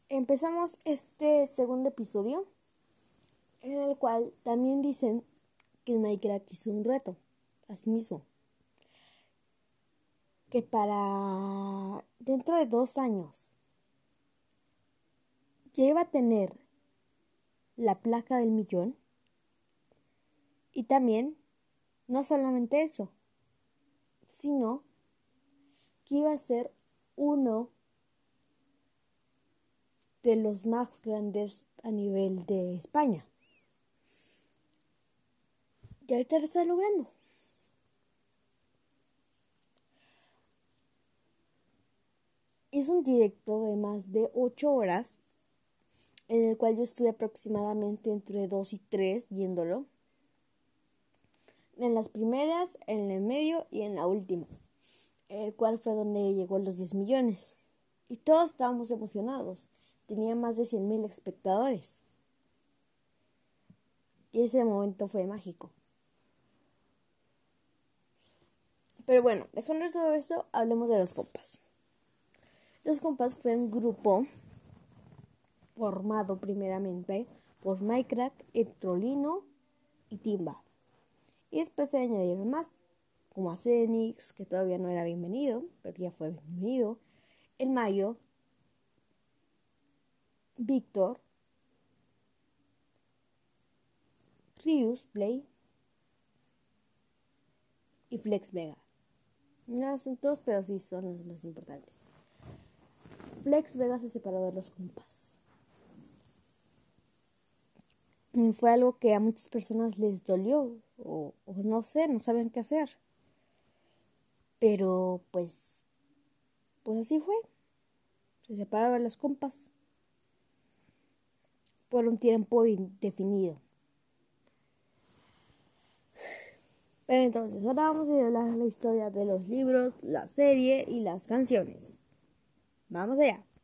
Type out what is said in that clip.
Empezamos este segundo episodio en el cual también dicen que Minecraft hizo un reto a sí mismo, que para dentro de 2 años ya iba a tener la placa del millón y también no solamente eso, sino que iba a ser uno de los más grandes a nivel de España. Y ahorita lo está logrando. Hizo un directo de más de 8 horas, en el cual yo estuve aproximadamente entre 2 y 3 viéndolo. En las primeras, en el medio y en la última, el cual fue donde llegó a los 10 millones. Y todos estábamos emocionados. Tenía más de 100,000 espectadores. Y ese momento fue mágico. Pero bueno, dejando todo eso, hablemos de los compas. Los compas fue un grupo formado primeramente por Minecraft, Trolino y Timba. Y después se añadieron más, como a Zenix, que todavía no era bienvenido, pero ya fue bienvenido, el Mayo, Víctor, Rius Play y Flex Vega. No son todos, pero sí son los más importantes. Flex Vega se separó de los compas. Y fue algo que a muchas personas les dolió, o no sé, no saben qué hacer. Pero pues así fue. Se separaron de los compas por un tiempo indefinido. Pero entonces, ahora vamos a hablar de la historia de los libros, la serie y las canciones. Vamos allá.